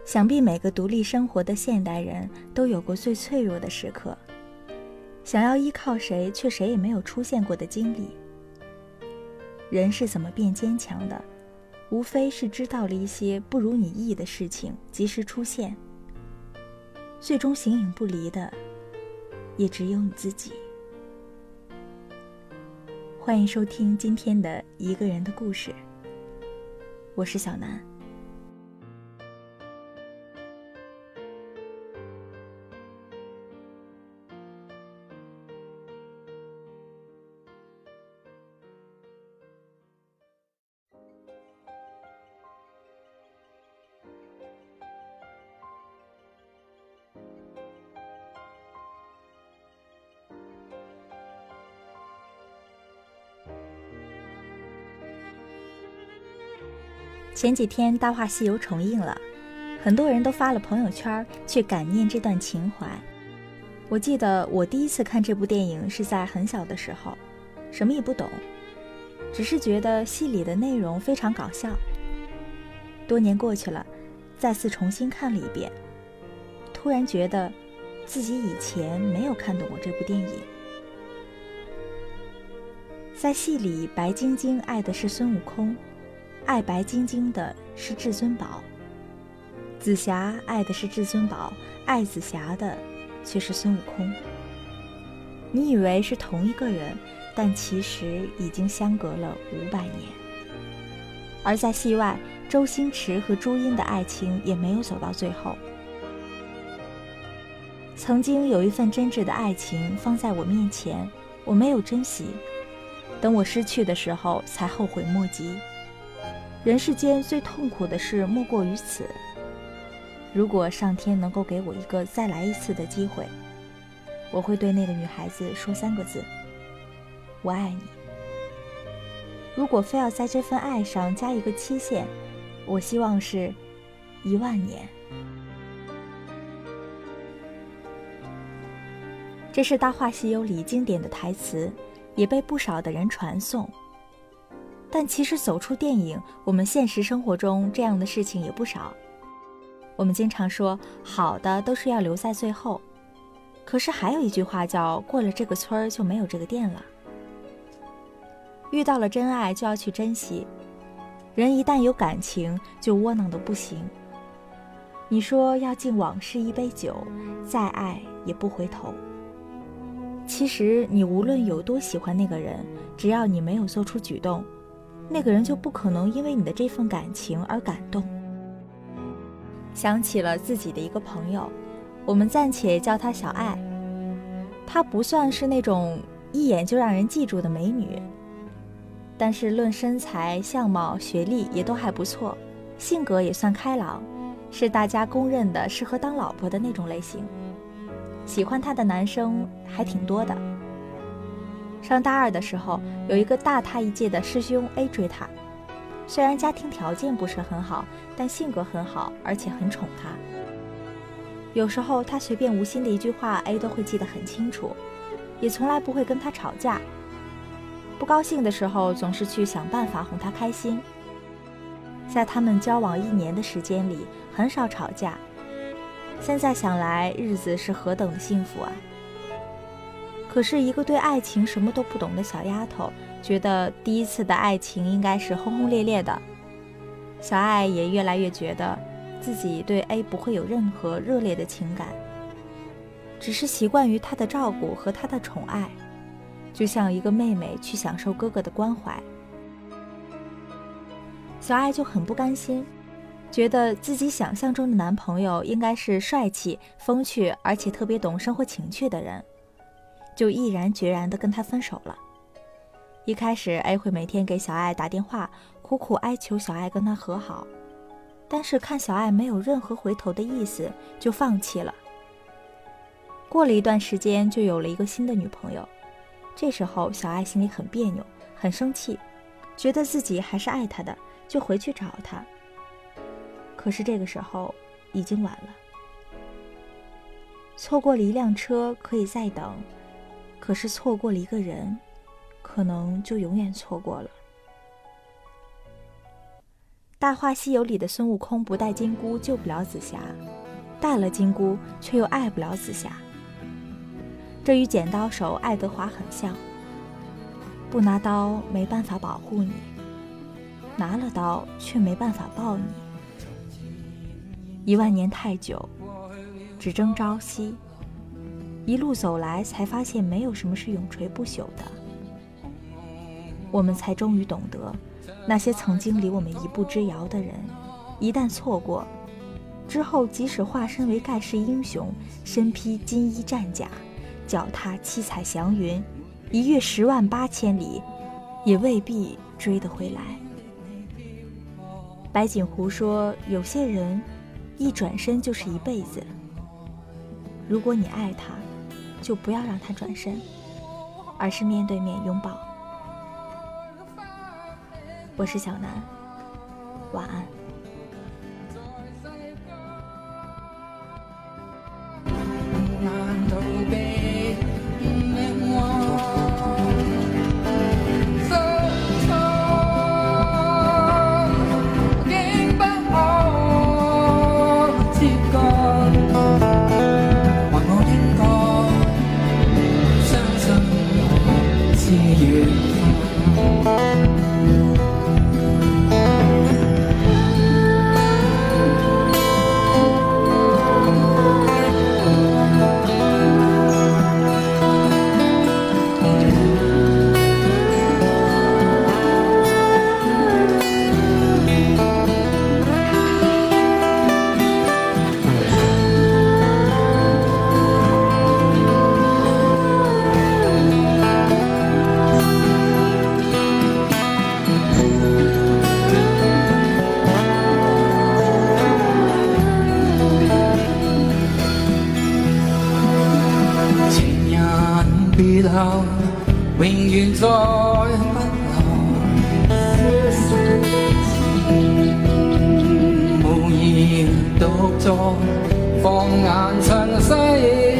想必每个独立生活的现代人都有过最脆弱的时刻，想要依靠谁，却谁也没有出现过的经历。人是怎么变坚强的？无非是知道了一些不如你意的事情，及时出现。最终形影不离的，也只有你自己。欢迎收听今天的一个人的故事，我是小南。前几天《大话西游》重映了，很多人都发了朋友圈去感念这段情怀。我记得我第一次看这部电影是在很小的时候，什么也不懂，只是觉得戏里的内容非常搞笑。多年过去了，再次重新看了一遍，突然觉得自己以前没有看懂过这部电影。在戏里，白晶晶爱的是孙悟空，爱白晶晶的是至尊宝，紫霞爱的是至尊宝，爱紫霞的却是孙悟空。你以为是同一个人，但其实已经相隔了500年。而在戏外，周星驰和朱茵的爱情也没有走到最后。曾经有一份真挚的爱情放在我面前，我没有珍惜，等我失去的时候才后悔莫及。人世间最痛苦的事莫过于此。如果上天能够给我一个再来一次的机会，我会对那个女孩子说3个字：我爱你。如果非要在这份爱上加一个期限，我希望是10000年。这是《大话西游》里经典的台词，也被不少的人传颂。但其实走出电影，我们现实生活中这样的事情也不少。我们经常说，好的都是要留在最后，可是还有一句话叫过了这个村就没有这个店了。遇到了真爱就要去珍惜，人一旦有感情就窝囊的不行。你说要敬往事一杯酒，再爱也不回头。其实你无论有多喜欢那个人，只要你没有做出举动，那个人就不可能因为你的这份感情而感动。想起了自己的一个朋友，我们暂且叫她小爱。她不算是那种一眼就让人记住的美女，但是论身材、相貌、学历也都还不错，性格也算开朗，是大家公认的适合当老婆的那种类型。喜欢她的男生还挺多的。上大2的时候，有一个大他一届的师兄 A 追她，虽然家庭条件不是很好，但性格很好，而且很宠她。有时候他随便无心的一句话 A 都会记得很清楚，也从来不会跟他吵架。不高兴的时候总是去想办法哄他开心。在他们交往1年的时间里，很少吵架。现在想来，日子是何等的幸福啊！可是一个对爱情什么都不懂的小丫头，觉得第一次的爱情应该是轰轰烈烈的。小爱也越来越觉得自己对 A 不会有任何热烈的情感，只是习惯于他的照顾和他的宠爱，就像一个妹妹去享受哥哥的关怀。小爱就很不甘心，觉得自己想象中的男朋友应该是帅气、风趣，而且特别懂生活情趣的人，就毅然决然地跟他分手了。一开始 A 会每天给小爱打电话，苦苦哀求小爱跟他和好，但是看小爱没有任何回头的意思，就放弃了。过了一段时间，就有了一个新的女朋友。这时候小爱心里很别扭，很生气，觉得自己还是爱他的，就回去找他。可是这个时候已经晚了。错过了一辆车可以再等，可是错过了一个人，可能就永远错过了。 大话西游里的孙悟空不带金箍救不了紫霞，带了金箍却又爱不了紫霞。这与剪刀手爱德华很像，不拿刀没办法保护你，拿了刀却没办法抱你。1万年太久，只争朝夕，一路走来才发现没有什么是永垂不朽的。我们才终于懂得，那些曾经离我们一步之遥的人，一旦错过之后，即使化身为盖世英雄，身披金衣战甲，脚踏七彩祥云，一跃10万8千里，也未必追得回来。白锦湖说，有些人一转身就是一辈子，如果你爱他，就不要让他转身，而是面对面拥抱。我是小南，晚安。 永遠再不來，無言獨坐，放眼塵世。